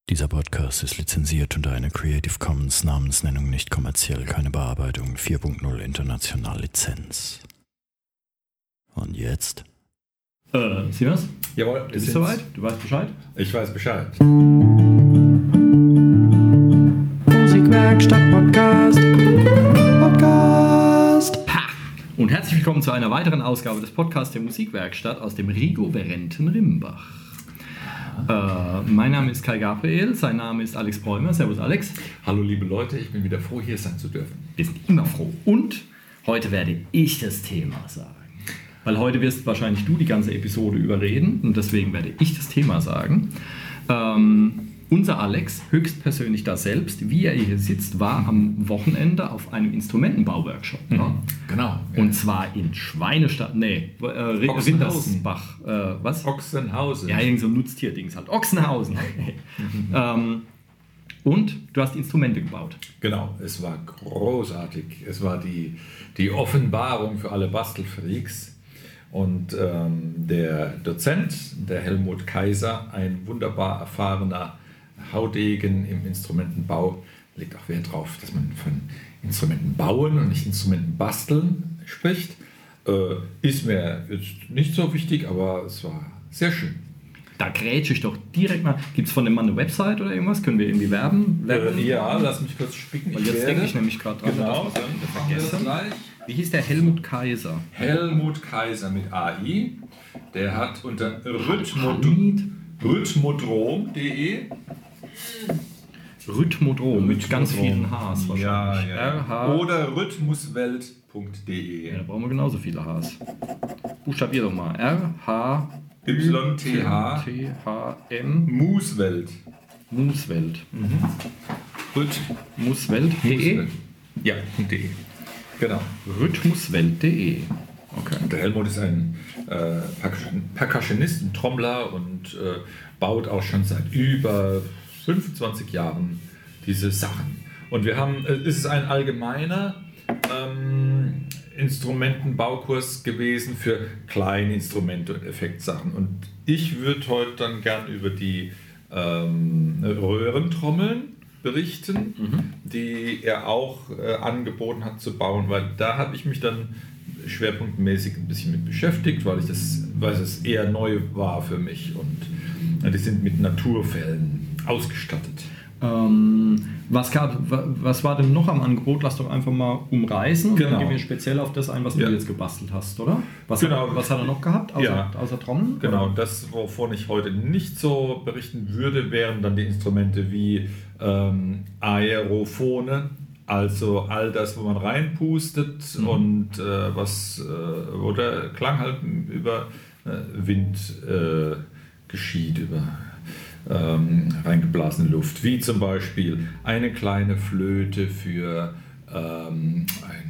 Dieser Podcast ist lizenziert unter einer Creative Commons Namensnennung nicht kommerziell, keine Bearbeitung 4.0 international Lizenz. Und jetzt? Siemens? Jawohl, Du bist soweit? Du weißt Bescheid? Ich weiß Bescheid. Musikwerkstatt Podcast. Und herzlich willkommen zu einer weiteren Ausgabe des Podcasts der Musikwerkstatt aus dem Rigoverenten Rimbach. Mein Name ist Kai Gabriel, sein Name ist Alex Bräumer. Servus Alex. Hallo liebe Leute, ich bin wieder froh, hier sein zu dürfen. Wir sind immer froh. Und heute werde ich das Thema sagen. Weil heute wirst wahrscheinlich du die ganze Episode überreden und deswegen werde ich das Thema sagen. Unser Alex, höchstpersönlich da selbst, wie er hier sitzt, war am Wochenende auf einem Instrumentenbauworkshop. Ja? Genau. Und zwar in Schweinestadt, Rindersbach. Was? Ochsenhausen. Ja, irgend so ein Nutztierdings halt. Ochsenhausen. Und du hast Instrumente gebaut. Genau, es war großartig. Es war die Offenbarung für alle Bastelfreaks. Und der Dozent, der Helmut Kaiser, ein wunderbar erfahrener Haudegen im Instrumentenbau, legt auch Wert darauf, dass man von Instrumenten bauen und nicht Instrumenten basteln spricht. Ist mir jetzt nicht so wichtig, aber es war sehr schön. Da grätsche ich doch direkt mal. Gibt es von dem Mann eine Website oder irgendwas? Können wir irgendwie werben? Ja, lass mich kurz spicken. Weil jetzt denke ich nämlich gerade dran. Genau, dann machen wir das gleich. Wie hieß der Helmut Kaiser? Helmut Kaiser mit AI. Der hat unter rhythmodrom.de Rhythmodrom mit ganz vielen Hs wahrscheinlich. Ja. Oder rhythmuswelt.de. Ja, da brauchen wir genauso viele Hs. Buchstabier doch mal. YTH Muswelt. Muswelt. Rhythmuswelt.de? Ja, .de. Genau. Rhythmuswelt.de. Okay. Der Helmut ist ein Percussionist, ein Trommler und baut auch schon seit über 25 Jahren diese Sachen. Und es ist ein allgemeiner Instrumentenbaukurs gewesen für kleine Instrumente und Effektsachen. Und ich würde heute dann gern über die Röhrentrommeln berichten, die er auch angeboten hat zu bauen, weil da habe ich mich dann schwerpunktmäßig ein bisschen mit beschäftigt, weil es eher neu war für mich und die sind mit Naturfällen ausgestattet. Was war denn noch am Angebot? Lass doch einfach mal umreißen und dann gehen wir speziell auf das ein, was du jetzt gebastelt hast, oder? Was hat er noch gehabt, außer Trommeln? Genau, oder? Das, wovon ich heute nicht so berichten würde, wären dann die Instrumente wie Aerophone, also all das, wo man reinpustet und wo der Klang halt über Wind geschieht, über reingeblasene Luft, wie zum Beispiel eine kleine Flöte für ein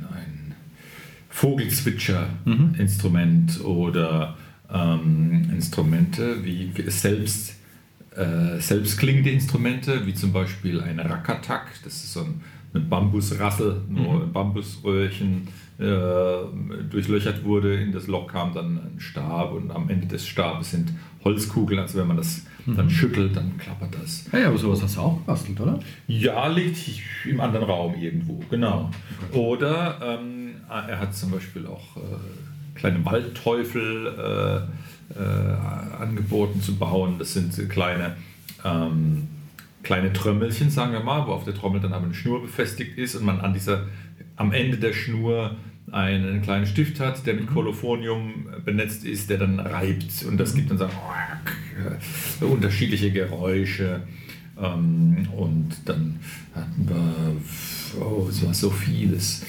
Vogelzwitscher-Instrument oder Instrumente wie selbstklingende Instrumente, wie zum Beispiel ein Rakatak, das ist so eine Bambusrassel, nur ein Bambusröhrchen durchlöchert wurde, in das Loch kam dann ein Stab und am Ende des Stabes sind Holzkugeln, also wenn man das dann schüttelt, dann klappert das. Ja, aber sowas hast du auch gebastelt, oder? Ja, liegt im anderen Raum irgendwo, genau. Okay. Oder er hat zum Beispiel auch kleine Waldteufel angeboten zu bauen. Das sind kleine Trömmelchen, sagen wir mal, wo auf der Trommel dann aber eine Schnur befestigt ist und man am Ende der Schnur einen kleinen Stift hat, der mit Kolophonium benetzt ist, der dann reibt und das gibt dann so unterschiedliche Geräusche und dann hatten wir, es war so vieles,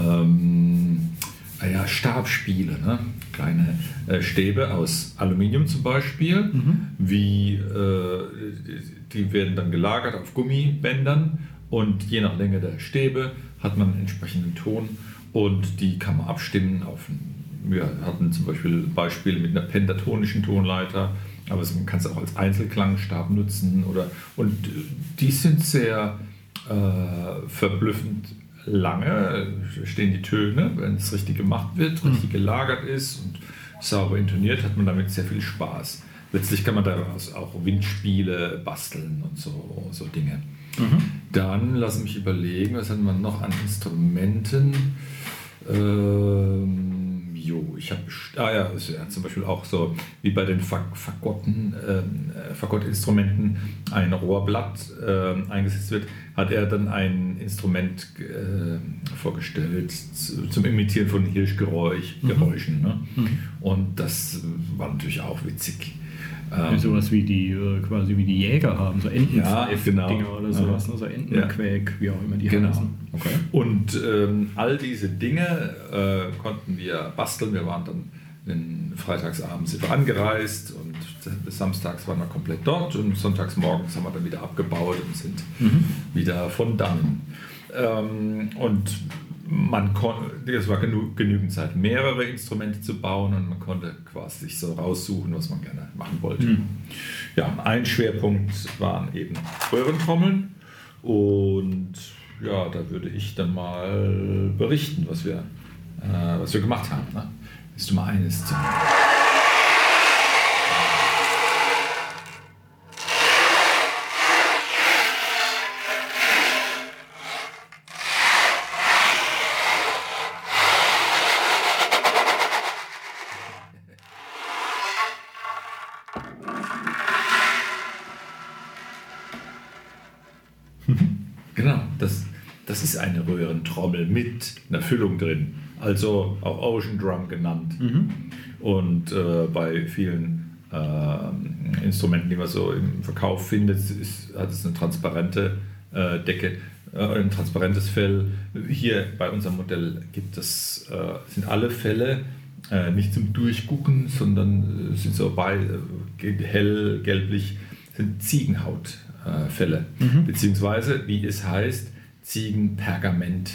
Stabspiele, ne? Kleine Stäbe aus Aluminium zum Beispiel, die werden dann gelagert auf Gummibändern und je nach Länge der Stäbe hat man einen entsprechenden Ton und die kann man abstimmen wir hatten zum Beispiel Beispiele mit einer pentatonischen Tonleiter, aber man kann es auch als Einzelklangstab nutzen und die sind sehr verblüffend lange, stehen die Töne, wenn es richtig gemacht wird, richtig gelagert ist und sauber intoniert, hat man damit sehr viel Spaß. letztlich kann man daraus auch Windspiele basteln und so Dinge. Dann lass mich überlegen, was hat man noch an Instrumenten? Ich habe zum Beispiel auch so wie bei den Fagottinstrumenten ein Rohrblatt eingesetzt wird, hat er dann ein Instrument vorgestellt zum Imitieren von Hirschgeräuschen. Ne? Und das war natürlich auch witzig. Sowas wie die quasi wie die Jäger haben, so Entenpfeif-Dinger genau. oder sowas, ne? So Entenquäk, wie auch immer die heißen. Okay. Und all diese Dinge konnten wir basteln. Wir waren dann freitagsabends angereist und bis samstags waren wir komplett dort und sonntags morgens haben wir dann wieder abgebaut und sind wieder von dannen. Und es war genügend Zeit, mehrere Instrumente zu bauen und man konnte quasi sich so raussuchen, was man gerne machen wollte. Ja, ein Schwerpunkt waren eben Röhrentrommeln und ja, da würde ich dann mal berichten, was wir gemacht haben. Ne? Willst du mal eines zeigen? Genau, das ist eine Röhrentrommel mit einer Füllung drin, also auch Ocean Drum genannt. Und bei vielen Instrumenten, die man so im Verkauf findet, hat es eine transparente Decke, ein transparentes Fell. Hier bei unserem Modell sind alle Felle nicht zum Durchgucken, sondern sind so hell gelblich, sind Ziegenhautfelle, beziehungsweise, wie es heißt, Ziegenpergament.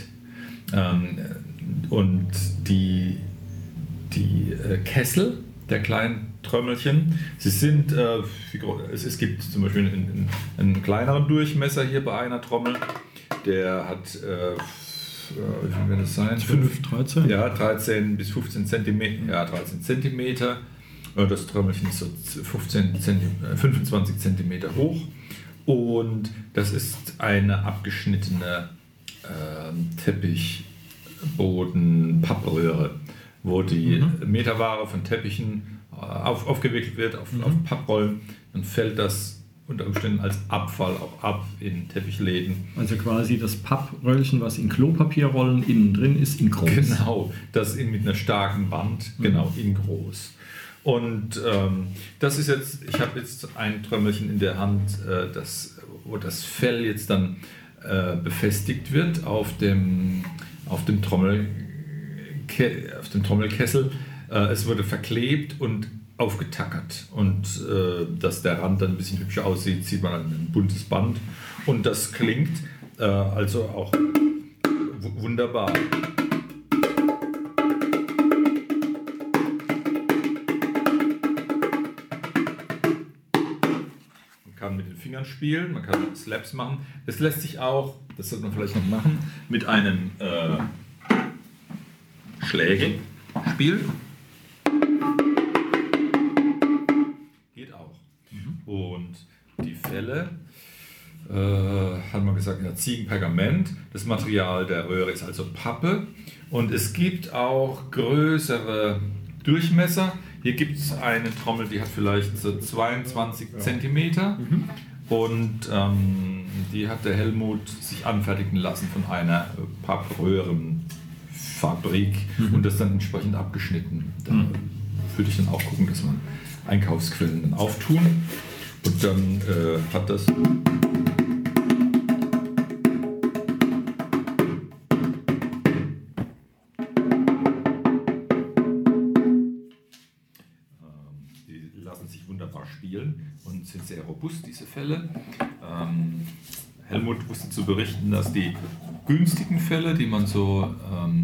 Und die Kessel der kleinen Trömmelchen, es gibt zum Beispiel einen kleineren Durchmesser hier bei einer Trommel, der hat, wie viel wird das sein? 13? Ja, 13 bis 15 Zentimeter. Ja, 13 Zentimeter. Das Trömmelchen ist so 25 Zentimeter hoch. Und das ist eine abgeschnittene Teppichboden-Pappröhre, wo die Meterware von Teppichen aufgewickelt wird auf Papprollen. Dann fällt das unter Umständen als Abfall auch ab in Teppichläden. Also quasi das Pappröllchen, was in Klopapierrollen innen drin ist, in groß. Genau, das mit einer starken Wand, genau, in groß. Und das ist jetzt, ich habe jetzt ein Trömmelchen in der Hand, wo das Fell jetzt dann befestigt wird auf dem Trommelkessel. Es wurde verklebt und aufgetackert. Und dass der Rand dann ein bisschen hübscher aussieht, sieht man an ein buntes Band. Und das klingt also auch wunderbar. Man kann mit den Fingern spielen, man kann Slaps machen. Es lässt sich auch, das sollte man vielleicht noch machen, mit einem Schläger spielen. Geht auch. Und die Felle, hat man gesagt, ja, Ziegenpergament. Das Material der Röhre ist also Pappe. Und es gibt auch größere Durchmesser. Hier gibt es eine Trommel, die hat vielleicht so 22 Zentimeter. Und die hat der Helmut sich anfertigen lassen von einer Pappröhrenfabrik und das dann entsprechend abgeschnitten. Da würde ich dann auch gucken, dass man Einkaufsquellen dann auftun und dann hat das sich wunderbar spielen und sind sehr robust, diese Felle. Helmut wusste zu berichten, dass die günstigen Felle, die man so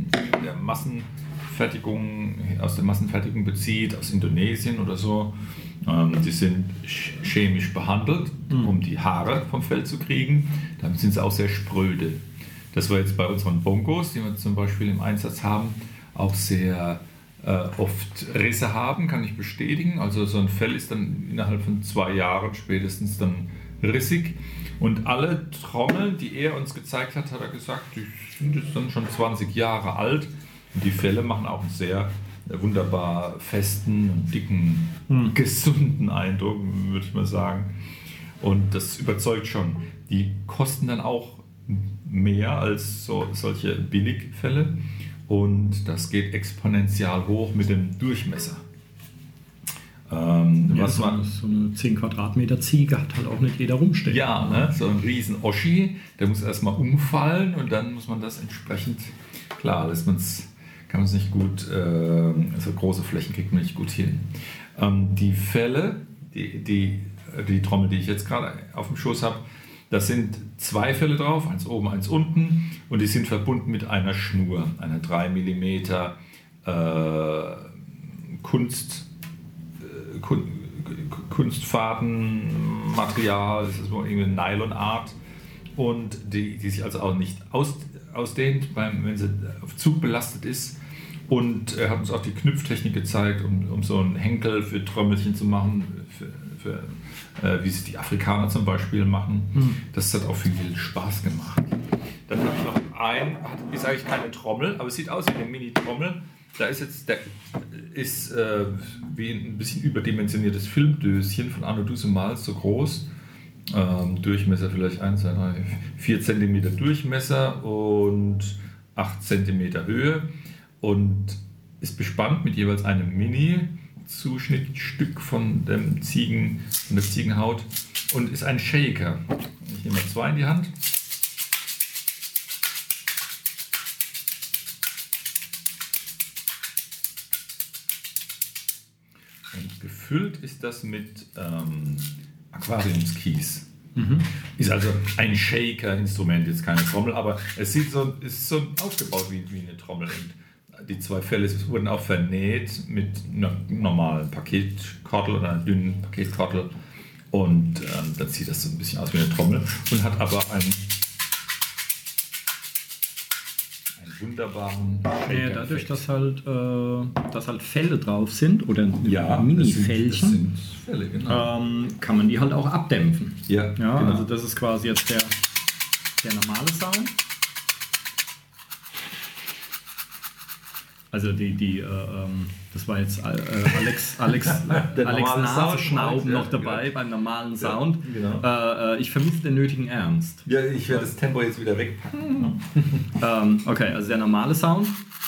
aus der Massenfertigung bezieht, aus Indonesien oder so, die sind chemisch behandelt, um die Haare vom Fell zu kriegen. Damit sind sie auch sehr spröde. Das war jetzt bei unseren Bongos, die wir zum Beispiel im Einsatz haben, auch sehr oft Risse haben, kann ich bestätigen. Also so ein Fell ist dann innerhalb von 2 Jahren spätestens dann rissig. Und alle Trommeln, die er uns gezeigt hat, hat er gesagt, die sind jetzt dann schon 20 Jahre alt. Und die Felle machen auch einen sehr wunderbar festen, dicken, gesunden Eindruck, würde ich mal sagen. Und das überzeugt schon. Die kosten dann auch mehr als solche Billigfelle. Und das geht exponentiell hoch mit dem Durchmesser. So eine 10 Quadratmeter Ziege hat halt auch nicht jeder rumstehen. Ja, ne? So ein riesen Oschi, der muss erstmal umfallen und dann muss man das entsprechend, klar, kann man es nicht gut, so große Flächen kriegt man nicht gut hin. Die Felle, die Trommel, die ich jetzt gerade auf dem Schoß habe, da sind 2 Felle drauf, eins oben, eins unten, und die sind verbunden mit einer Schnur, einer 3 mm Kunstfadenmaterial, das ist wohl irgendwie Nylonart, und die sich also auch nicht ausdehnt, wenn sie auf Zug belastet ist. Und er hat uns auch die Knüpftechnik gezeigt, um so einen Henkel für Trommelchen zu machen, wie es die Afrikaner zum Beispiel machen. Das hat auch viel Spaß gemacht. Dann habe ich noch ist eigentlich keine Trommel, aber es sieht aus wie eine Mini-Trommel. Da ist jetzt, wie ein bisschen überdimensioniertes Filmdöschen von Arno Dusemals, so groß. Durchmesser vielleicht 1, 2, 3, 4 cm Durchmesser und 8 cm Höhe. Und ist bespannt mit jeweils einem Mini-Zuschnittstück von der Ziegenhaut und ist ein Shaker. Ich nehme mal 2 in die Hand. Und gefüllt ist das mit Aquariumskies. Ist also ein Shaker-Instrument, jetzt keine Trommel, aber es ist so aufgebaut wie eine Trommel. Und die 2 Felle wurden auch vernäht mit einer normalen Paketkordel oder einer dünnen Paketkordel. Und dann sieht das so ein bisschen aus wie eine Trommel und hat aber einen wunderbaren Ja, dadurch, dass halt Felle drauf sind oder Mini-Fällchen, das sind Felle, genau. kann man die halt auch abdämpfen. Ja, genau. Also das ist quasi jetzt der normale Sound. Also das war jetzt Alex Nasenschnauben noch dabei beim normalen Sound. Genau. Ich vermisse den nötigen Ernst. Ja, ich werde das Tempo jetzt wieder wegpacken. Okay, also der normale Sound.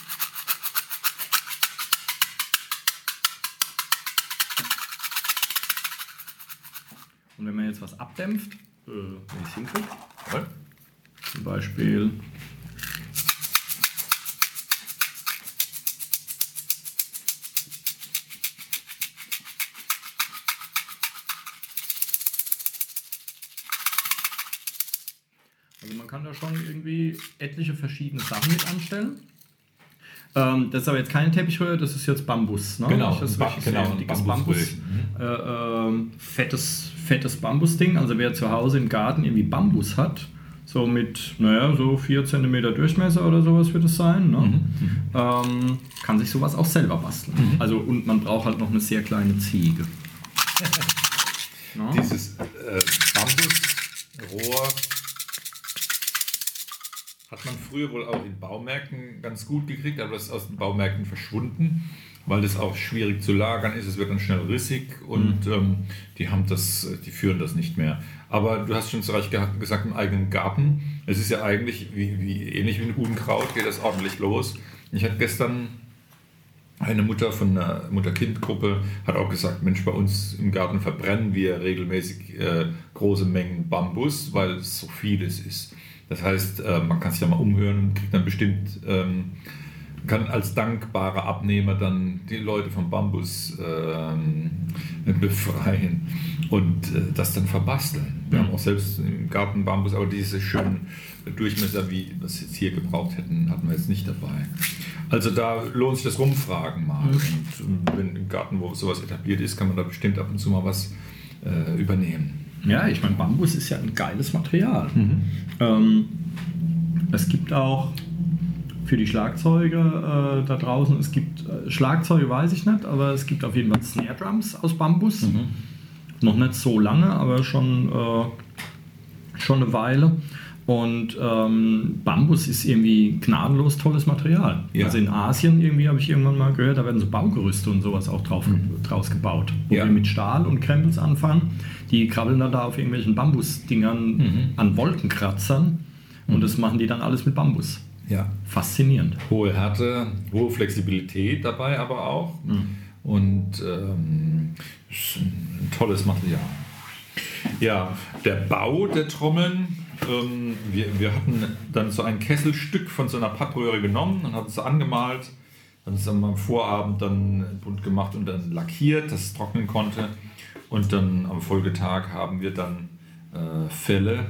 Und wenn man jetzt was abdämpft, wenn ich es hinkriege, zum Beispiel... Also man kann da schon irgendwie etliche verschiedene Sachen mit anstellen. Das ist aber jetzt keine Teppichhöhe, das ist jetzt Bambus. Ne? Genau, das ist ein dickes Bambus. Fettes Bambusding. Also wer zu Hause im Garten irgendwie Bambus hat, so mit, so 4 cm Durchmesser oder sowas wird es sein, ne? Kann sich sowas auch selber basteln. Also, und man braucht halt noch eine sehr kleine Ziege. No? Dieses Bambusrohr hat man früher wohl auch in Baumärkten ganz gut gekriegt, aber das ist aus den Baumärkten verschwunden, weil das auch schwierig zu lagern ist. Es wird dann schnell rissig und die führen das nicht mehr. Aber du hast schon zu Recht gesagt, im eigenen Garten. Es ist ja eigentlich ähnlich wie ein Unkraut, geht das ordentlich los. Ich hatte gestern eine Mutter von einer Mutter-Kind-Gruppe hat auch gesagt, Mensch, bei uns im Garten verbrennen wir regelmäßig große Mengen Bambus, weil es so vieles ist. Das heißt, man kann sich da mal umhören und kriegt dann bestimmt, kann als dankbarer Abnehmer dann die Leute vom Bambus befreien und das dann verbasteln. Wir haben auch selbst im Garten Bambus, aber diese schönen Durchmesser, wie wir es jetzt hier gebraucht hätten, hatten wir jetzt nicht dabei. Also da lohnt sich das Rumfragen mal. Und wenn im Garten, wo sowas etabliert ist, kann man da bestimmt ab und zu mal was übernehmen. Ja, ich meine, Bambus ist ja ein geiles Material. Es gibt auch für die Schlagzeuger da draußen. Es gibt Schlagzeuge, weiß ich nicht, aber es gibt auf jeden Fall Snare Drums aus Bambus. Noch nicht so lange, aber schon eine Weile. Und Bambus ist irgendwie gnadenlos tolles Material. Ja. Also in Asien irgendwie habe ich irgendwann mal gehört, da werden so Baugerüste und sowas auch draus gebaut. Wo wir mit Stahl und Krempels anfangen, die krabbeln dann da auf irgendwelchen Bambusdingern an Wolkenkratzern und das machen die dann alles mit Bambus. Ja. Faszinierend. Hohe Härte, hohe Flexibilität dabei aber auch. Und ist ein tolles Material. Ja, der Bau der Trommeln, wir hatten dann so ein Kesselstück von so einer Pappröhre genommen und hatten es angemalt, dann ist am Vorabend dann bunt gemacht und dann lackiert, dass es trocknen konnte. Und dann am Folgetag haben wir dann Felle,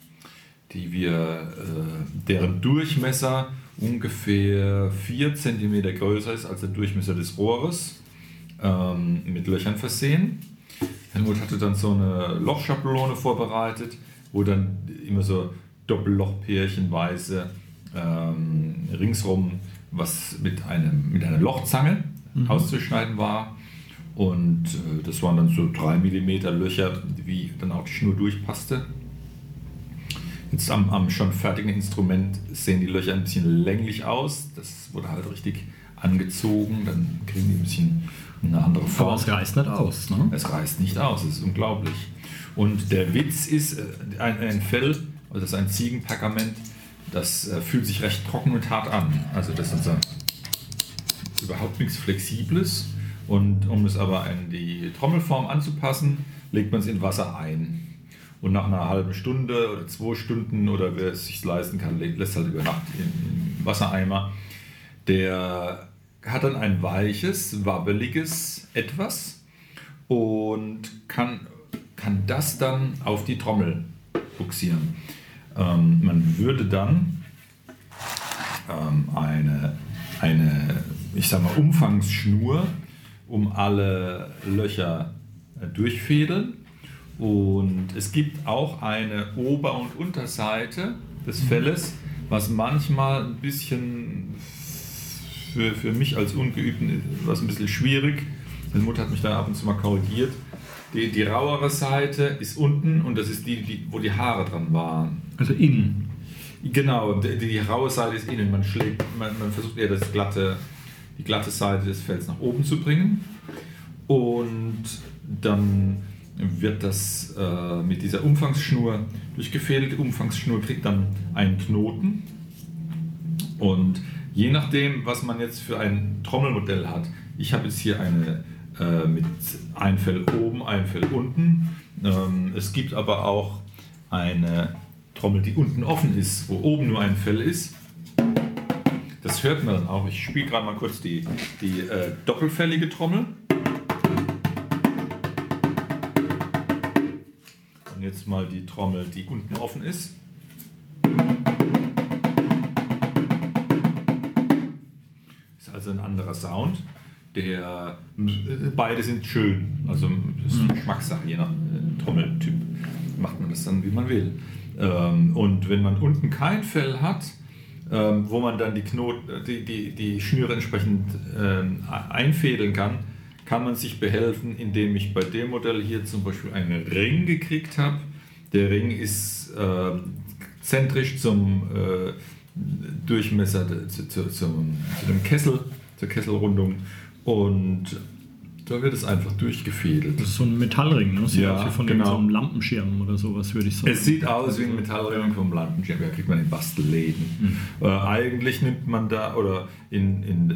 deren Durchmesser ungefähr 4 cm größer ist als der Durchmesser des Rohres, mit Löchern versehen. Helmut hatte dann so eine Lochschablone vorbereitet, wo dann immer so Doppellochpärchenweise ringsrum was mit einer Lochzange auszuschneiden war. Und das waren dann so 3 mm Löcher, wie dann auch die Schnur durchpasste. Jetzt am schon fertigen Instrument sehen die Löcher ein bisschen länglich aus. Das wurde halt richtig angezogen, dann kriegen die ein bisschen eine andere Form. Aber es reißt nicht aus, ne? Es reißt nicht aus, es ist unglaublich. Und der Witz ist, ein Fell, also das ist ein Ziegenpergament, das fühlt sich recht trocken und hart an. Also das ist überhaupt nichts Flexibles. Und um es aber an die Trommelform anzupassen, legt man es in Wasser ein. Und nach einer halben Stunde oder 2 Stunden, oder wer es sich leisten kann, lässt halt über Nacht im Wassereimer. Der hat dann ein weiches, wabbeliges Etwas und kann das dann auf die Trommel buxieren. Man würde dann eine ich sag mal, Umfangsschnur um alle Löcher durchfädeln. Und es gibt auch eine Ober- und Unterseite des Felles, was manchmal ein bisschen für mich als Ungeübten was ein bisschen schwierig. Meine Mutter hat mich da ab und zu mal korrigiert. Die rauere Seite ist unten und das ist wo die Haare dran waren. Also innen. Genau, die raue Seite ist innen. Man versucht eher die glatte Seite des Fells nach oben zu bringen. Und dann wird das mit dieser Umfangsschnur durchgefädelt. Die Umfangsschnur kriegt dann einen Knoten. Und je nachdem, was man jetzt für ein Trommelmodell hat, ich habe jetzt hier eine mit ein Fell oben, ein Fell unten. Es gibt aber auch eine Trommel, die unten offen ist, wo oben nur ein Fell ist. Das hört man dann auch. Ich spiele gerade mal kurz die doppelfellige Trommel. Und jetzt mal die Trommel, die unten offen ist. Ist also ein anderer Sound. Beide sind schön, also das ist eine Geschmackssache, je nach Trommeltyp macht man das dann, wie man will. Und wenn man unten kein Fell hat, wo man dann die Schnüre entsprechend einfädeln kann man sich behelfen, indem ich bei dem Modell hier zum Beispiel einen Ring gekriegt habe. Der Ring ist zentrisch zum Durchmesser zu dem Kessel, zur Kesselrundung. Und da wird es einfach durchgefädelt. Das ist so ein Metallring, ne? Sieht Ja, aus wie von genau. so einem Lampenschirm oder sowas, würde ich sagen. Es sieht aus wie ein Metallring vom Lampenschirm, ja, kriegt man in Bastelläden. Eigentlich nimmt man da, oder in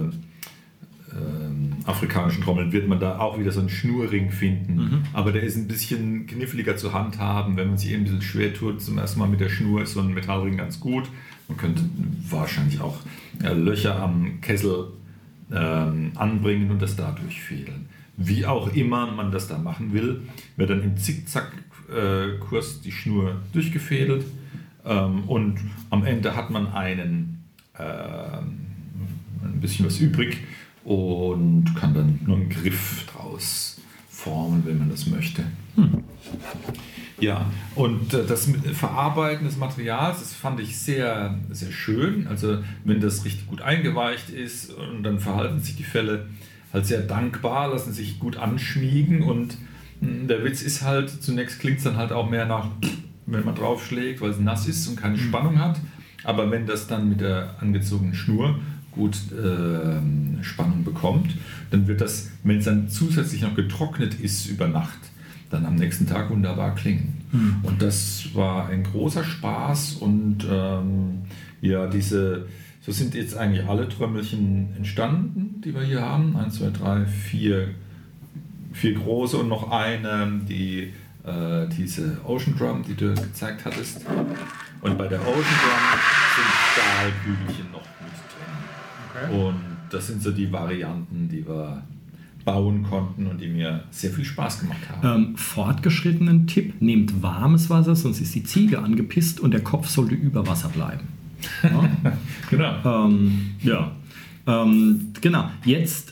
afrikanischen Trommeln wird man da auch wieder so einen Schnurring finden. Aber der ist ein bisschen kniffliger zu handhaben. Wenn man sich ein bisschen schwer tut, zum ersten Mal mit der Schnur ist so ein Metallring ganz gut. Man könnte wahrscheinlich auch Löcher am Kessel anbringen und das da durchfädeln. Wie auch immer man das da machen will, wird dann im Zickzack-Kurs die Schnur durchgefädelt und am Ende hat man ein bisschen was übrig und kann dann nur einen Griff draus formen, wenn man das möchte. Ja, und das Verarbeiten des Materials, das fand ich sehr, sehr schön. Also wenn das richtig gut eingeweicht ist und dann verhalten sich die Felle halt sehr dankbar, lassen sich gut anschmiegen und der Witz ist halt, zunächst klingt es dann halt auch mehr nach, wenn man draufschlägt, weil es nass ist und keine Spannung hat. Aber wenn das dann mit der angezogenen Schnur gut Spannung bekommt, dann wird das, wenn es dann zusätzlich noch getrocknet ist über Nacht, dann am nächsten Tag wunderbar klingen. Und das war ein großer Spaß und ja, so sind jetzt eigentlich alle Trömmelchen entstanden, die wir hier haben. 1, 2, 3, 4 große und noch eine, diese Ocean Drum, die du gezeigt hattest. Und bei der Ocean Drum sind Stahlbügelchen noch mit drin. Okay. Und das sind so die Varianten, die wir bauen konnten und die mir sehr viel Spaß gemacht haben. Fortgeschrittenen Tipp, nehmt warmes Wasser, sonst ist die Ziege angepisst und der Kopf sollte über Wasser bleiben. Ja? Genau. Ja. Genau. Jetzt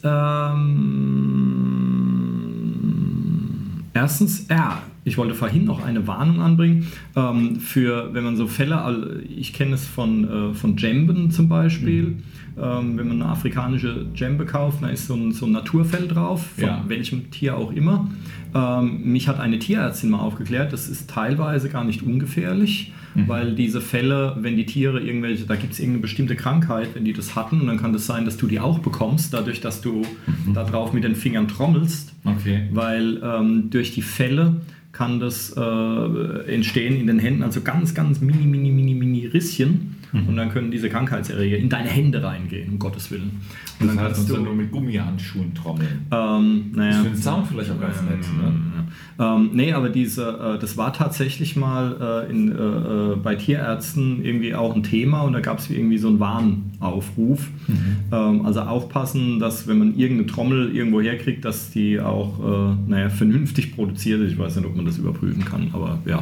erstens, ich wollte vorhin noch eine Warnung anbringen, für, wenn man so Fälle, ich kenne es von Djemben zum Beispiel, wenn man eine afrikanische Djembe kauft, da ist so ein Naturfell drauf, von welchem Tier auch immer. Mich hat eine Tierärztin mal aufgeklärt, das ist teilweise gar nicht ungefährlich, weil diese Fälle, wenn die Tiere da gibt es irgendeine bestimmte Krankheit, wenn die das hatten, dann kann das sein, dass du die auch bekommst, dadurch, dass du da drauf mit den Fingern trommelst, weil durch die Fälle kann das entstehen in den Händen, also ganz, ganz mini Risschen. Und dann können diese Krankheitserreger in deine Hände reingehen, um Gottes Willen. Und das heißt, du nur mit Gummihandschuhen trommeln. Naja. Das für den Sound vielleicht auch ganz nett. Ne? Nee, aber das war tatsächlich mal bei Tierärzten irgendwie auch ein Thema und da gab es irgendwie so einen Warnaufruf. Also aufpassen, dass wenn man irgendeine Trommel irgendwo herkriegt, dass die auch vernünftig produziert ist. Ich weiß nicht, ob man das überprüfen kann, aber ja.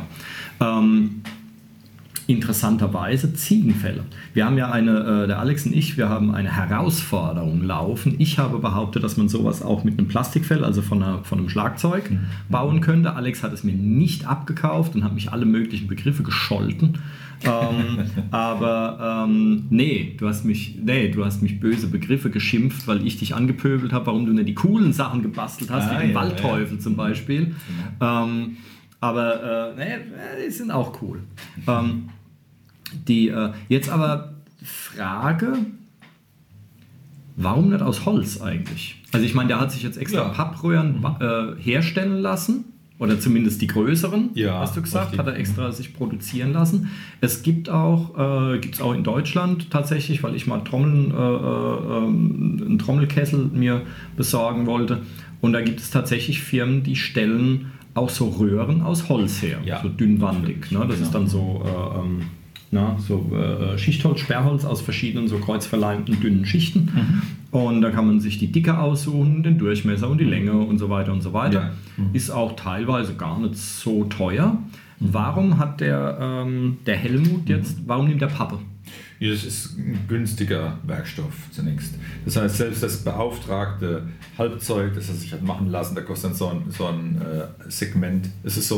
Interessanterweise Ziegenfälle. Wir haben ja der Alex und ich, wir haben eine Herausforderung laufen. Ich habe behauptet, dass man sowas auch mit einem Plastikfell, also von einem Schlagzeug, bauen könnte. Alex hat es mir nicht abgekauft und hat mich alle möglichen Begriffe gescholten. Aber du hast mich böse Begriffe geschimpft, weil ich dich angepöbelt habe, warum du nicht die coolen Sachen gebastelt hast, wie den Waldteufel zum Beispiel. Aber die sind auch cool. Jetzt aber Frage, warum nicht aus Holz eigentlich? Also ich meine, der hat sich jetzt extra Pappröhren herstellen lassen, oder zumindest die größeren, hast du gesagt, richtig. Hat er extra sich produzieren lassen. Es gibt gibt's auch in Deutschland tatsächlich, weil ich mal einen Trommelkessel mir besorgen wollte. Und da gibt es tatsächlich Firmen, die stellen auch so Röhren aus Holz her, so dünnwandig. Ne? Das ist dann so Schichtholz, Sperrholz aus verschiedenen so kreuzverleimten dünnen Schichten. Und da kann man sich die Dicke aussuchen, den Durchmesser und die Länge und so weiter und so weiter. Ist auch teilweise gar nicht so teuer. Warum hat der Helmut jetzt, warum nimmt der Pappe? Das ist ein günstiger Werkstoff zunächst. Das heißt, selbst das beauftragte Halbzeug, das er sich hat machen lassen, da kostet dann so ein Segment, es ist so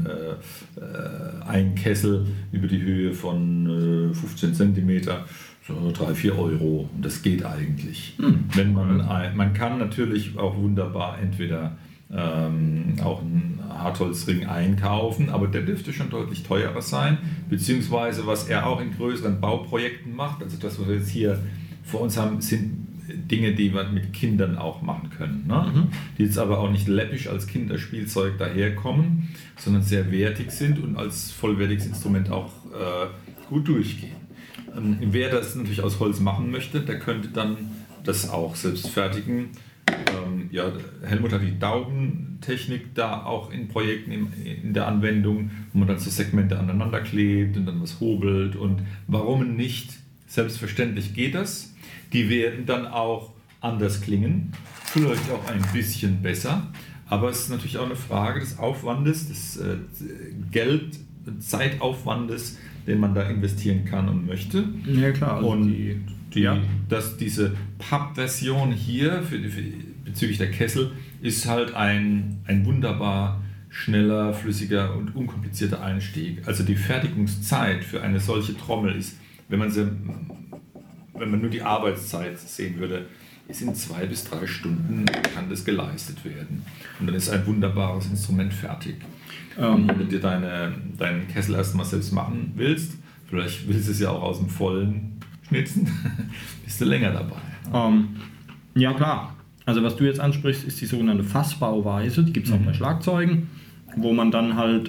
ein Kessel über die Höhe von 15 cm, so 3-4 Euro. Und das geht eigentlich. Wenn man kann natürlich auch wunderbar entweder auch einen Hartholzring einkaufen, aber der dürfte schon deutlich teurer sein, beziehungsweise was er auch in größeren Bauprojekten macht, also das, was wir jetzt hier vor uns haben, sind Dinge, die wir mit Kindern auch machen können, ne? Die jetzt aber auch nicht läppisch als Kinderspielzeug daherkommen, sondern sehr wertig sind und als vollwertiges Instrument auch gut durchgehen. Wer das natürlich aus Holz machen möchte, der könnte dann das auch selbst fertigen. Helmut hat die Daubentechnik da auch in Projekten in der Anwendung, wo man dann so Segmente aneinander klebt und dann was hobelt und warum nicht? Selbstverständlich geht das. Die werden dann auch anders klingen, vielleicht auch ein bisschen besser, aber es ist natürlich auch eine Frage des Aufwandes, des Geld- und Zeitaufwandes, den man da investieren kann und möchte. Ja klar. Also und dass diese Pappversion hier bezüglich der Kessel ist halt ein wunderbar schneller, flüssiger und unkomplizierter Einstieg. Also die Fertigungszeit für eine solche Trommel ist, wenn man nur die Arbeitszeit sehen würde, ist in 2 bis 3 Stunden kann das geleistet werden. Und dann ist ein wunderbares Instrument fertig. Und wenn du dir deinen Kessel erstmal selbst machen willst, vielleicht willst du es ja auch aus dem Vollen schnitzen, bist du länger dabei. Ja klar. Also was du jetzt ansprichst, ist die sogenannte Fassbauweise. Die gibt es auch bei Schlagzeugen, wo man dann halt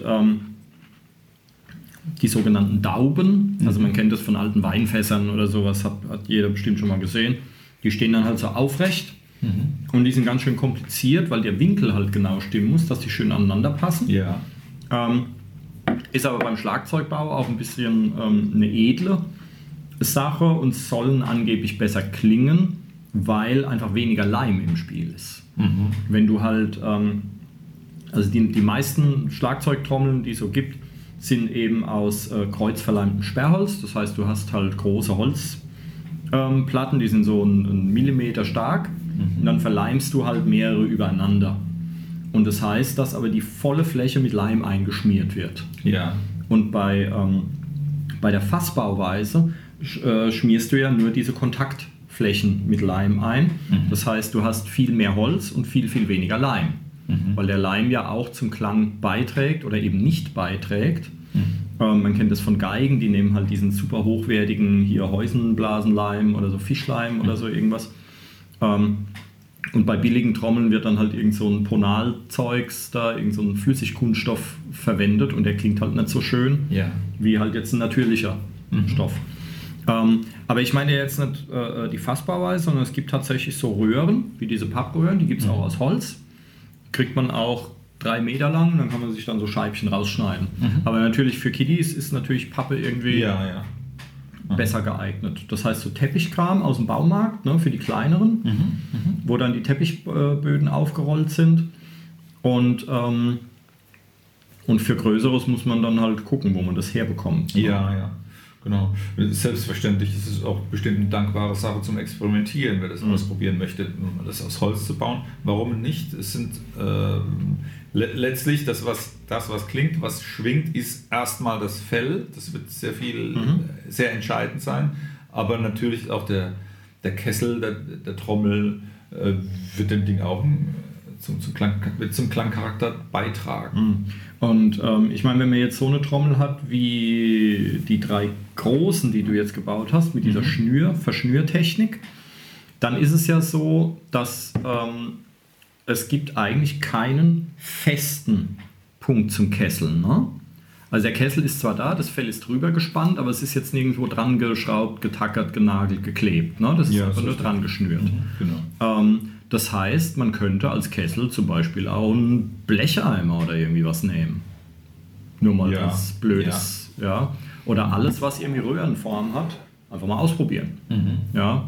die sogenannten Dauben, also man kennt das von alten Weinfässern oder sowas, hat jeder bestimmt schon mal gesehen, die stehen dann halt so aufrecht und die sind ganz schön kompliziert, weil der Winkel halt genau stimmen muss, dass die schön aneinander passen. Ja. Ist aber beim Schlagzeugbau auch ein bisschen eine edle Sache und sollen angeblich besser klingen, weil einfach weniger Leim im Spiel ist. Wenn du halt, also die meisten Schlagzeugtrommeln, die es so gibt, sind eben aus kreuzverleimtem Sperrholz. Das heißt, du hast halt große Holzplatten, die sind so einen Millimeter stark und dann verleimst du halt mehrere übereinander. Und das heißt, dass aber die volle Fläche mit Leim eingeschmiert wird. Ja. Und bei der Fassbauweise schmierst du ja nur diese Kontaktflächen mit Leim ein. Das heißt, du hast viel mehr Holz und viel, viel weniger Leim. Weil der Leim ja auch zum Klang beiträgt oder eben nicht beiträgt. Man kennt das von Geigen, die nehmen halt diesen super hochwertigen hier Häusenblasenleim oder so Fischleim oder so irgendwas. Und bei billigen Trommeln wird dann halt irgend so ein Ponalzeugs, da irgend so ein Flüssigkunststoff verwendet und der klingt halt nicht so schön wie halt jetzt ein natürlicher Stoff. Aber ich meine jetzt nicht die Fassbauweise, sondern es gibt tatsächlich so Röhren, wie diese Pappröhren, die gibt es auch aus Holz. Kriegt man auch 3 Meter lang, dann kann man sich dann so Scheibchen rausschneiden. Aber natürlich für Kiddies ist natürlich Pappe irgendwie besser geeignet. Das heißt so Teppichkram aus dem Baumarkt, ne, für die kleineren, wo dann die Teppichböden aufgerollt sind. Und für Größeres muss man dann halt gucken, wo man das herbekommt. Ja. Genau. Selbstverständlich ist es auch bestimmt eine dankbare Sache zum Experimentieren, wer das ausprobieren möchte, das aus Holz zu bauen. Warum nicht? Es sind letztlich das, was klingt, was schwingt, ist erstmal das Fell. Das wird sehr entscheidend sein. Aber natürlich auch der Kessel, der Trommel wird dem Ding auch zum Klangcharakter beitragen. Und ich meine, wenn man jetzt so eine Trommel hat wie die 3 großen, die du jetzt gebaut hast, mit dieser Verschnürtechnik, dann ist es ja so, dass es gibt eigentlich keinen festen Punkt zum Kesseln. Ne? Also der Kessel ist zwar da, das Fell ist drüber gespannt, aber es ist jetzt nirgendwo dran geschraubt, getackert, genagelt, geklebt. Ne? Das ist einfach nur dran geschnürt. Genau. Das heißt, man könnte als Kessel zum Beispiel auch einen Blecheimer oder irgendwie was nehmen. Nur mal das Blödes. Ja. Oder alles, was irgendwie Röhrenform hat, einfach mal ausprobieren. Ja.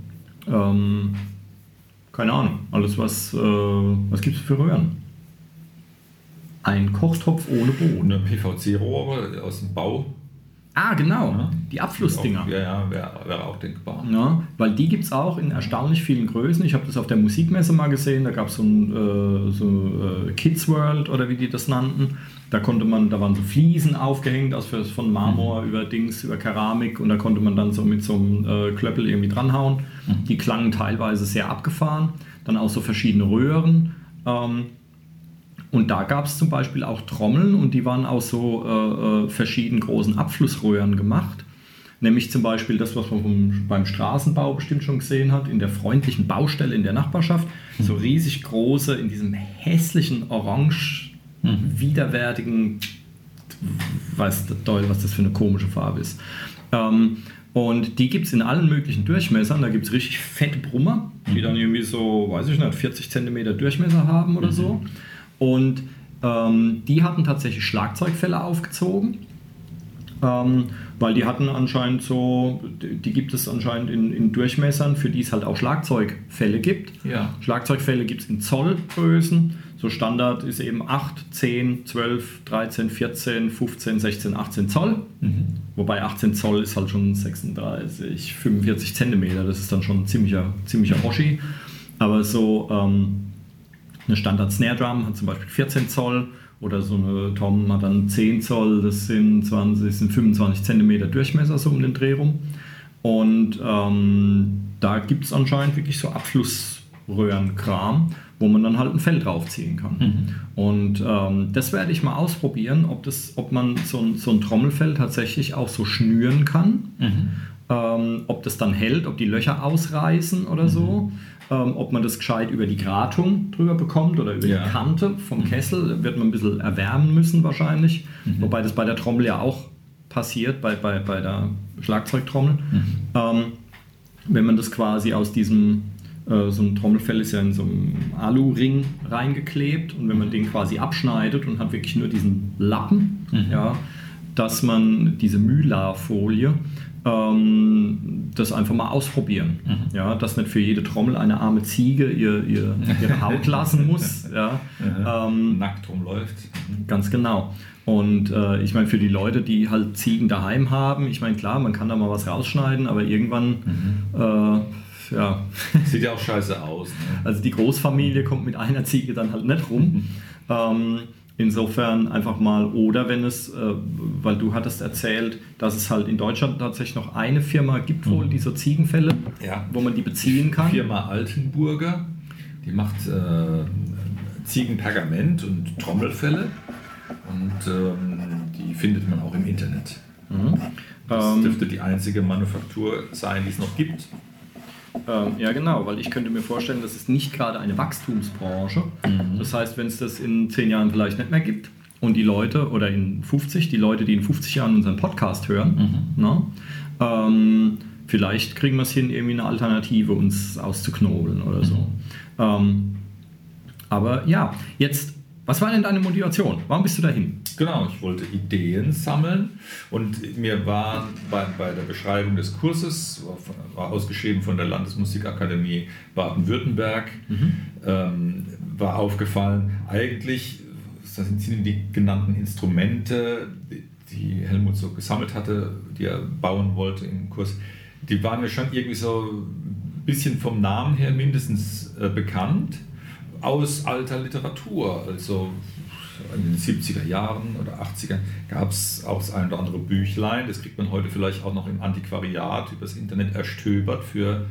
Keine Ahnung. Alles, was gibt es für Röhren? Ein Kochtopf ohne Boden. Eine PVC-Rohre aus dem Bau. Ah, genau. Die Abflussdinger. Wäre auch denkbar. Ja, weil die gibt es auch in erstaunlich vielen Größen. Ich habe das auf der Musikmesse mal gesehen. Da gab es so Kids World oder wie die das nannten. Da waren so Fliesen aufgehängt, von Marmor über Keramik. Und da konnte man dann so mit so einem Klöppel irgendwie dranhauen. Die klangen teilweise sehr abgefahren. Dann auch so verschiedene Röhren. Und da gab es zum Beispiel auch Trommeln und die waren aus so verschiedenen großen Abflussröhren gemacht. Nämlich zum Beispiel das, was man beim Straßenbau bestimmt schon gesehen hat, in der freundlichen Baustelle in der Nachbarschaft. So riesig große, in diesem hässlichen Orange, widerwärtigen, weiß der Teufel, was das für eine komische Farbe ist. Und die gibt es in allen möglichen Durchmessern. Da gibt es richtig fette Brummer, die dann irgendwie so, weiß ich nicht, 40 cm Durchmesser haben oder so. Und die hatten tatsächlich Schlagzeugfälle aufgezogen, weil die hatten anscheinend die gibt es anscheinend in Durchmessern, für die es halt auch Schlagzeugfälle gibt. Ja. Schlagzeugfälle gibt es in Zollgrößen. So Standard ist eben 8, 10, 12, 13, 14, 15, 16, 18 Zoll. Wobei 18 Zoll ist halt schon 36, 45 Zentimeter. Das ist dann schon ein ziemlicher Oschi. Aber so eine Standard Snare Drum hat zum Beispiel 14 Zoll oder so eine Tom hat dann 10 Zoll, das sind 25 Zentimeter Durchmesser so um den Dreh rum. Und da gibt es anscheinend wirklich so Abflussröhrenkram, wo man dann halt ein Fell draufziehen kann. Und das werde ich mal ausprobieren, ob man so ein Trommelfell tatsächlich auch so schnüren kann. Ob das dann hält, ob die Löcher ausreißen oder so. Ob man das gescheit über die Gratung drüber bekommt oder über die Kante vom Kessel. Wird man ein bisschen erwärmen müssen wahrscheinlich. Wobei das bei der Trommel ja auch passiert, bei der Schlagzeugtrommel. Wenn man das quasi aus diesem, so ein Trommelfell ist ja in so einem Alu-Ring reingeklebt und wenn man den quasi abschneidet und hat wirklich nur diesen Lappen, dass man diese Mylar-Folie, das einfach mal ausprobieren. Ja, dass nicht für jede Trommel eine arme Ziege ihre Haut lassen muss. Nackt rumläuft. Ganz genau. Und ich meine, für die Leute, die halt Ziegen daheim haben, ich meine, klar, man kann da mal was rausschneiden, aber irgendwann, Sieht ja auch scheiße aus. Ne? Also die Großfamilie kommt mit einer Ziege dann halt nicht rum. Insofern einfach mal, oder wenn es, weil du hattest erzählt, dass es halt in Deutschland tatsächlich noch eine Firma gibt wohl, die so Ziegenfälle, wo man die beziehen kann. Die Firma Altenburger, die macht Ziegenpergament und Trommelfälle und die findet man auch im Internet. Das dürfte die einzige Manufaktur sein, die es noch gibt. Ja genau, weil ich könnte mir vorstellen, das ist nicht gerade eine Wachstumsbranche. Das heißt, wenn es das in 10 Jahren vielleicht nicht mehr gibt und die Leute, oder in 50, die Leute, die in 50 Jahren unseren Podcast hören, vielleicht kriegen wir es hin, irgendwie eine Alternative uns auszuknobeln oder so. Aber ja, jetzt, was war denn deine Motivation? Warum bist du dahin? Genau, ich wollte Ideen sammeln und mir war bei der Beschreibung des Kurses, war ausgeschrieben von der Landesmusikakademie Baden-Württemberg, war aufgefallen, eigentlich sind die genannten Instrumente, die Helmut so gesammelt hatte, die er bauen wollte im Kurs, die waren ja schon irgendwie so ein bisschen vom Namen her mindestens bekannt, aus alter Literatur, also in den 70er Jahren oder 80ern gab es auch das ein oder andere Büchlein, das kriegt man heute vielleicht auch noch im Antiquariat übers Internet erstöbert für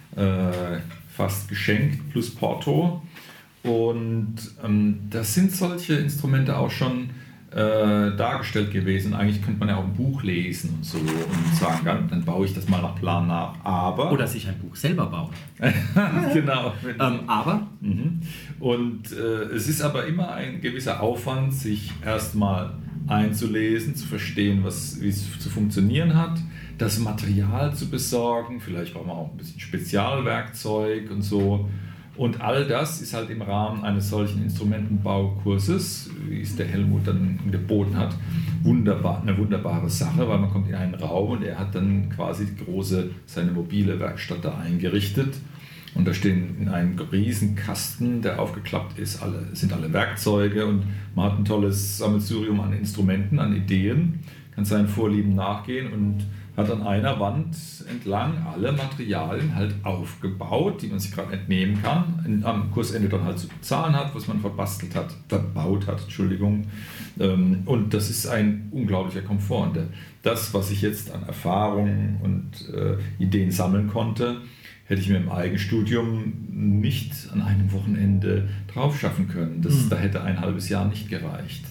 fast geschenkt plus Porto. Und das sind solche Instrumente auch schon dargestellt gewesen. Eigentlich könnte man ja auch ein Buch lesen und so und sagen, dann baue ich das mal nach Plan nach. Aber oder sich ein Buch selber bauen. Genau. Aber? Und es ist aber immer ein gewisser Aufwand, sich erstmal einzulesen, zu verstehen, wie es zu funktionieren hat, das Material zu besorgen, vielleicht braucht man auch ein bisschen Spezialwerkzeug und so. Und all das ist halt im Rahmen eines solchen Instrumentenbaukurses, wie es der Helmut dann geboten hat, eine wunderbare Sache, weil man kommt in einen Raum und er hat dann quasi seine mobile Werkstatt da eingerichtet. Und da stehen in einem riesen Kasten, der aufgeklappt ist, sind alle Werkzeuge und man hat ein tolles Sammelsurium an Instrumenten, an Ideen, kann seinen Vorlieben nachgehen und hat an einer Wand entlang alle Materialien halt aufgebaut, die man sich gerade entnehmen kann, am Kursende dann halt zu bezahlen hat, was man verbaut hat, Entschuldigung. Und das ist ein unglaublicher Komfort. Und das, was ich jetzt an Erfahrungen und Ideen sammeln konnte, hätte ich mir im Eigenstudium nicht an einem Wochenende drauf schaffen können. Da hätte ein halbes Jahr nicht gereicht.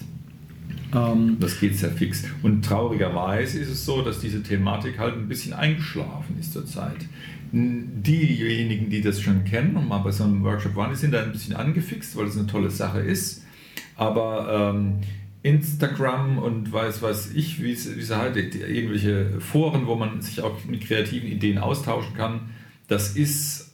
Das geht sehr fix. Und traurigerweise ist es so, dass diese Thematik halt ein bisschen eingeschlafen ist zurzeit. Diejenigen, die das schon kennen und mal bei so einem Workshop waren, die sind da ein bisschen angefixt, weil es eine tolle Sache ist. Aber Instagram und weiß ich, wie es halt irgendwelche Foren, wo man sich auch mit kreativen Ideen austauschen kann, das ist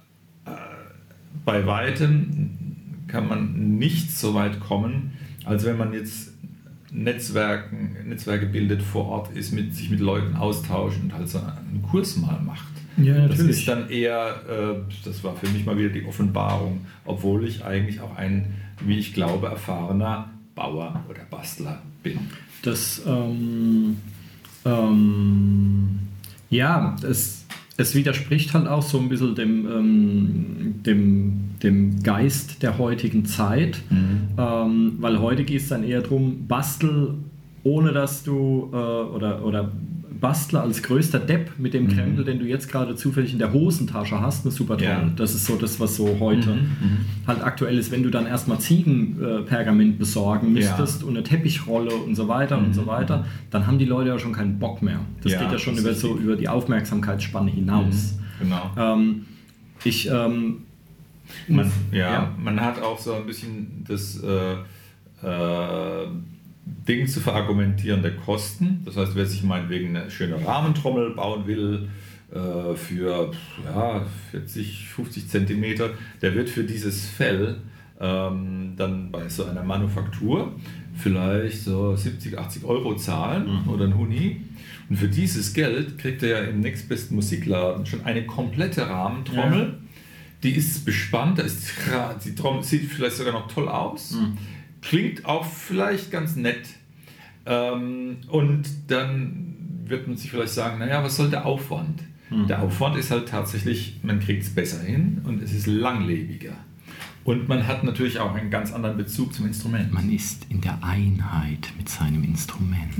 bei weitem kann man nicht so weit kommen, als wenn man jetzt Netzwerke bildet, vor Ort ist, sich mit Leuten austauscht und halt so einen Kurs mal macht. Ja, natürlich. Das ist dann eher, das war für mich mal wieder die Offenbarung, obwohl ich eigentlich auch ein, wie ich glaube, erfahrener Bauer oder Bastler bin. es widerspricht halt auch so ein bisschen dem Geist der heutigen Zeit, weil heute geht es dann eher darum, bastel, ohne dass du, oder bastle als größter Depp mit dem Krempel, den du jetzt gerade zufällig in der Hosentasche hast, eine super toll. Ja. Das ist so das, was so heute halt aktuell ist. Wenn du dann erstmal Ziegenpergament besorgen müsstest und eine Teppichrolle und so weiter und so weiter, dann haben die Leute ja schon keinen Bock mehr. Das geht ja schon über die Aufmerksamkeitsspanne hinaus. Genau. Man hat auch so ein bisschen das Ding zu verargumentieren der Kosten. Das heißt, wer sich meinetwegen eine schöne Rahmentrommel bauen will für 40, 50 Zentimeter, der wird für dieses Fell dann bei so einer Manufaktur vielleicht so 70, 80 Euro zahlen oder ein Huni. Und für dieses Geld kriegt er ja im nächstbesten Musikladen schon eine komplette Rahmentrommel. Ja. Die ist bespannt, die Trommel sieht vielleicht sogar noch toll aus. Klingt auch vielleicht ganz nett. Und dann wird man sich vielleicht sagen, naja, was soll der Aufwand? Der Aufwand ist halt tatsächlich, man kriegt es besser hin und es ist langlebiger. Und man hat natürlich auch einen ganz anderen Bezug zum Instrument. Man ist in der Einheit mit seinem Instrument.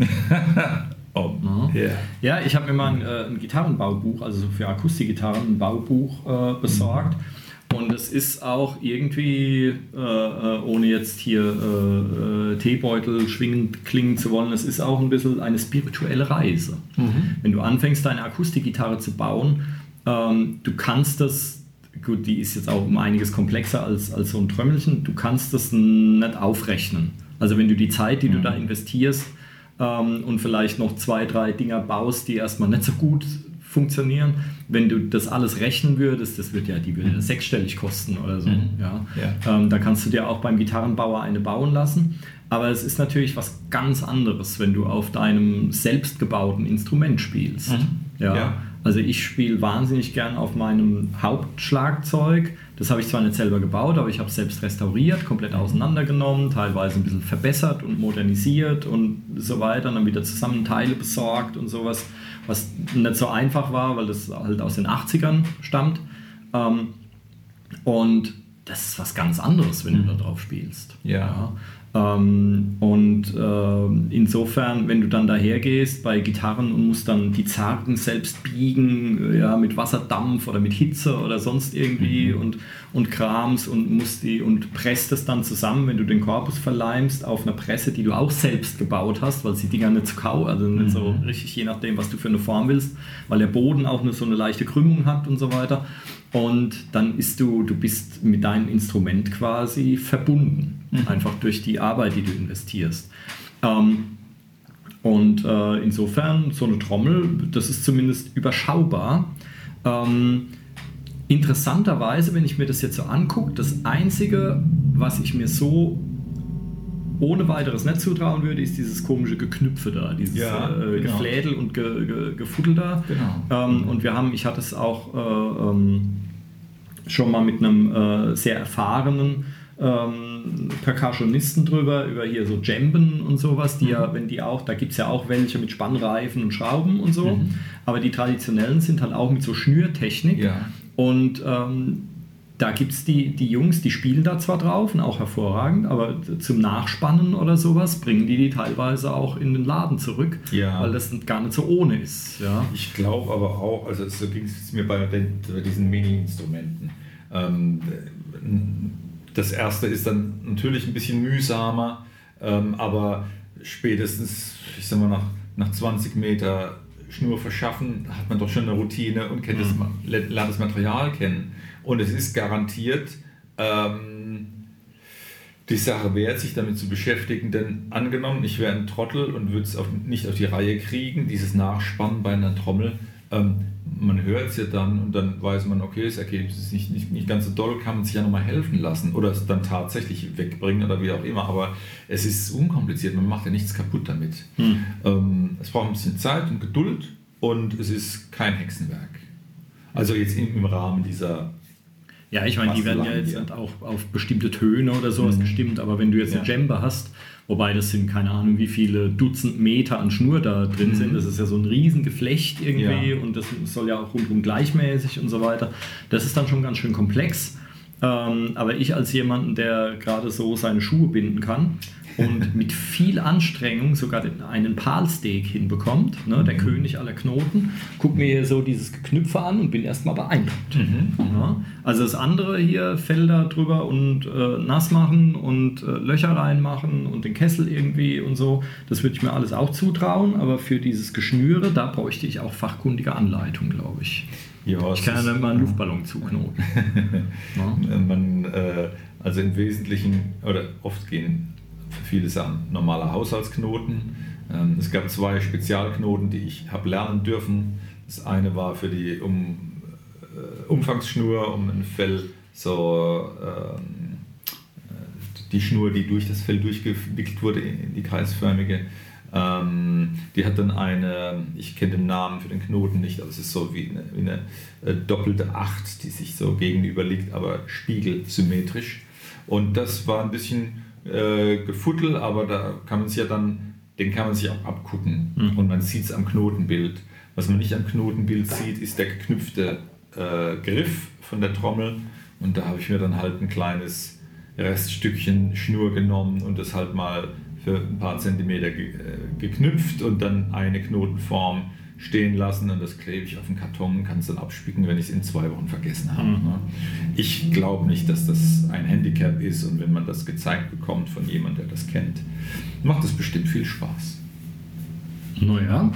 Ja, ich habe mir mal ein Gitarrenbaubuch, also für Akustikgitarren, ein Baubuch besorgt. Und es ist auch irgendwie, ohne jetzt hier Teebeutel schwingend klingen zu wollen, es ist auch ein bisschen eine spirituelle Reise. Wenn du anfängst, deine Akustikgitarre zu bauen, du kannst das, gut, die ist jetzt auch um einiges komplexer als so ein Trömmelchen, du kannst das nicht aufrechnen. Also wenn du die Zeit, die du da investierst und vielleicht noch 2, 3 Dinger baust, die erstmal nicht so gut funktionieren. Wenn du das alles rechnen würdest, die würde 6-stellig kosten oder so. Da kannst du dir auch beim Gitarrenbauer eine bauen lassen. Aber es ist natürlich was ganz anderes, wenn du auf deinem selbstgebauten Instrument spielst. Also ich spiele wahnsinnig gern auf meinem Hauptschlagzeug. Das habe ich zwar nicht selber gebaut, aber ich habe es selbst restauriert, komplett auseinandergenommen, teilweise ein bisschen verbessert und modernisiert und so weiter. Und dann wieder zusammen Teile besorgt und sowas, was nicht so einfach war, weil das halt aus den 80ern stammt. Und das ist was ganz anderes, wenn du da drauf spielst. Insofern, wenn du dann dahergehst bei Gitarren und musst dann die Zargen selbst biegen, mit Wasserdampf oder mit Hitze oder sonst irgendwie und Krams und presst es dann zusammen, wenn du den Korpus verleimst auf einer Presse, die du auch selbst gebaut hast, weil die Dinger nicht nicht so richtig, je nachdem, was du für eine Form willst, weil der Boden auch nur so eine leichte Krümmung hat und so weiter. Und dann du bist mit deinem Instrument quasi verbunden, einfach durch die Arbeit, die du investierst. Insofern, so eine Trommel, das ist zumindest überschaubar. Interessanterweise, wenn ich mir das jetzt so angucke, das Einzige, was ich mir so ohne weiteres nicht zutrauen würde, ist dieses komische Geknüpfe da, dieses Geflädel und Gefuddel da. Und ich hatte es auch schon mal mit einem sehr erfahrenen Percussionisten über hier so Djemben und sowas, da gibt es ja auch welche mit Spannreifen und Schrauben und so, aber die traditionellen sind halt auch mit so Schnürtechnik und da gibt es die Jungs, die spielen da zwar drauf und auch hervorragend, aber zum Nachspannen oder sowas bringen die teilweise auch in den Laden zurück, weil das gar nicht so ohne ist. Ja. Ich glaube aber auch, also so ging es mir bei diesen Mini-Instrumenten. Das erste ist dann natürlich ein bisschen mühsamer, aber spätestens, ich sag mal, nach 20 Meter Schnur verschaffen, hat man doch schon eine Routine und lernt das Material kennen. Und es ist garantiert die Sache wert, sich damit zu beschäftigen, denn angenommen, ich wäre ein Trottel und würde es nicht auf die Reihe kriegen, dieses Nachspannen bei einer Trommel, man hört es ja dann und dann weiß man, okay, das Ergebnis ist nicht ganz so doll, kann man sich ja nochmal helfen lassen oder es dann tatsächlich wegbringen oder wie auch immer, aber es ist unkompliziert, man macht ja nichts kaputt damit. Es braucht ein bisschen Zeit und Geduld und es ist kein Hexenwerk. Also jetzt im Rahmen dieser... Ja, ich meine, die werden ja jetzt auch auf bestimmte Töne oder sowas gestimmt, aber wenn du jetzt eine Djembe hast, Wobei das sind keine Ahnung, wie viele Dutzend Meter an Schnur da drin sind. Das ist ja so ein riesen Geflecht irgendwie und das soll ja auch rundum gleichmäßig und so weiter. Das ist dann schon ganz schön komplex. Aber ich als jemanden, der gerade so seine Schuhe binden kann und mit viel Anstrengung sogar einen Palsteak hinbekommt, ne, der König aller Knoten, guck mir hier so dieses Geknüpfe an und bin erstmal beeindruckt. Ja, also das andere hier, Felder drüber und nass machen und Löcher reinmachen und den Kessel irgendwie und so, das würde ich mir alles auch zutrauen, aber für dieses Geschnüre, da bräuchte ich auch fachkundige Anleitung, glaube ich. Ja, ich kann ja dann mal einen Luftballon zuknoten. Ja. Also im Wesentlichen, oder oft gehen für viele Sachen normaler Haushaltsknoten. Es gab 2 Spezialknoten, die ich habe lernen dürfen. Das eine war für die Umfangsschnur, um ein Fell, die Schnur, die durch das Fell durchgewickelt wurde, in die kreisförmige. Die hat dann ich kenne den Namen für den Knoten nicht, aber es ist so wie eine doppelte 8, die sich so gegenüber liegt, aber spiegelsymmetrisch. Und das war ein bisschen Gefuddel, aber da kann man sich den kann man sich auch abgucken und man sieht es am Knotenbild. Was man nicht am Knotenbild sieht, ist der geknüpfte Griff von der Trommel und da habe ich mir dann halt ein kleines Reststückchen Schnur genommen und das halt mal für ein paar Zentimeter geknüpft und dann eine Knotenform stehen lassen und das klebe ich auf den Karton, kann es dann abspicken, wenn ich es in 2 Wochen vergessen habe. Ne? Ich glaube nicht, dass das ein Handicap ist und wenn man das gezeigt bekommt von jemandem, der das kennt, macht es bestimmt viel Spaß. Naja.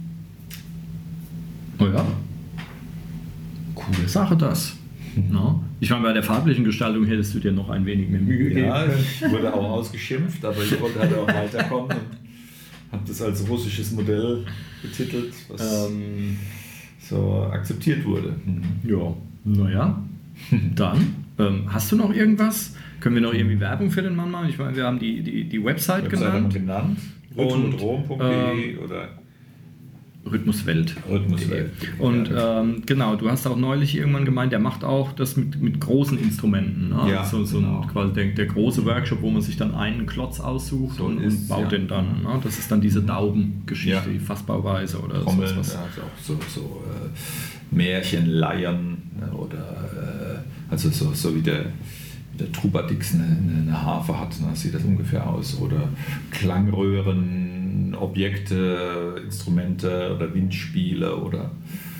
Coole Sache das. No. Ich meine, bei der farblichen Gestaltung hättest du dir noch ein wenig mehr Mühe gegeben. Ja, ich wurde auch ausgeschimpft, aber ich wollte halt auch weiterkommen und habe das als russisches Modell betitelt, was so akzeptiert wurde. Ja, naja, dann hast du noch irgendwas? Können wir noch irgendwie Werbung für den Mann machen? Ich meine, wir haben die Website genannt. Rhythmodrom.de oder Rhythmuswelt. Und genau, du hast auch neulich irgendwann gemeint, der macht auch das mit großen Instrumenten. Ne? Ja, genau. Quasi der große Workshop, wo man sich dann einen Klotz aussucht und baut den dann. Ne? Das ist dann diese Daubengeschichte, die Fassbauweise oder Trommeln, so. Ja, auch so Märchenleiern oder also so wie der Trubadix eine Harfe hat, ne? Sieht das ungefähr aus. Oder Klangröhren, Objekte, Instrumente oder Windspiele oder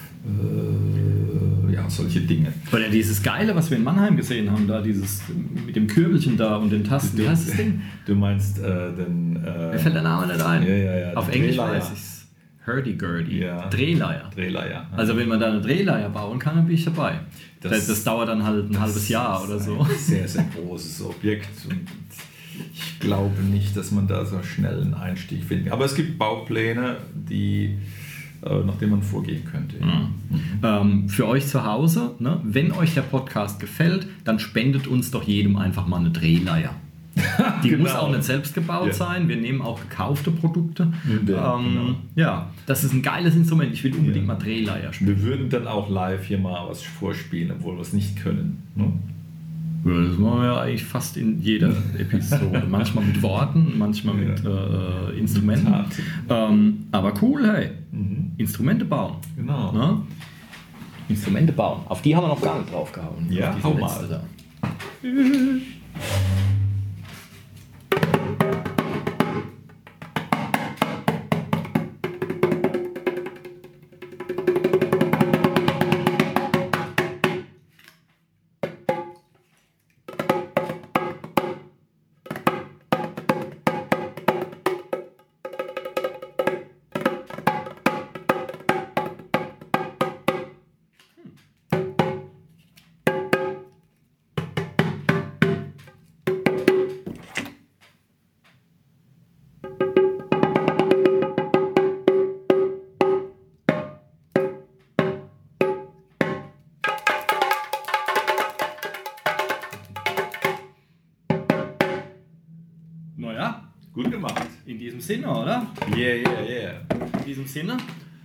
solche Dinge. Oder dieses Geile, was wir in Mannheim gesehen haben, da dieses mit dem Kürbelchen da und den Tasten. Wie heißt das Ding? Du meinst den... Mir fällt der Name nicht ein. Ja. Auf Englisch weiß ich's. Hurdy-Gurdy. Ja. Drehleier. Ja. Also wenn man da eine Drehleier bauen kann, dann bin ich dabei. Das dauert dann halt ein halbes Jahr oder so. Ein sehr, sehr großes Objekt und ich glaube nicht, dass man da so schnell einen Einstieg finden kann. Aber es gibt Baupläne, nach denen man vorgehen könnte. Für euch zu Hause, ne, wenn euch der Podcast gefällt, dann spendet uns doch jedem einfach mal eine Drehleier. Die muss auch nicht selbst gebaut sein. Wir nehmen auch gekaufte Produkte. Ja, das ist ein geiles Instrument. Ich will unbedingt mal Drehleier spielen. Wir würden dann auch live hier mal was vorspielen, obwohl wir es nicht können. Ne? Ja, das machen wir ja eigentlich fast in jeder Episode. Manchmal mit Worten, manchmal mit Instrumenten. Aber cool, hey. Instrumente bauen. Genau. Ne? Instrumente bauen. Auf die haben wir noch gar nicht drauf gehauen. Ja, hau mal. Da. Gut gemacht. In diesem Sinne, oder? Yeah. In diesem Sinne.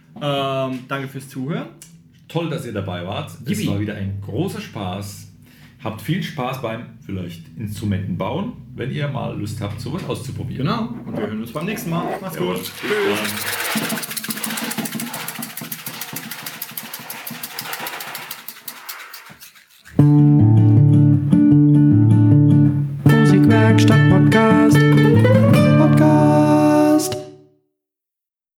Danke fürs Zuhören. Toll, dass ihr dabei wart. Es war wieder ein großer Spaß. Habt viel Spaß beim vielleicht Instrumenten bauen, wenn ihr mal Lust habt, sowas auszuprobieren. Genau, und wir hören uns beim nächsten Mal. Macht's gut. Tschüss. Musikwerkstatt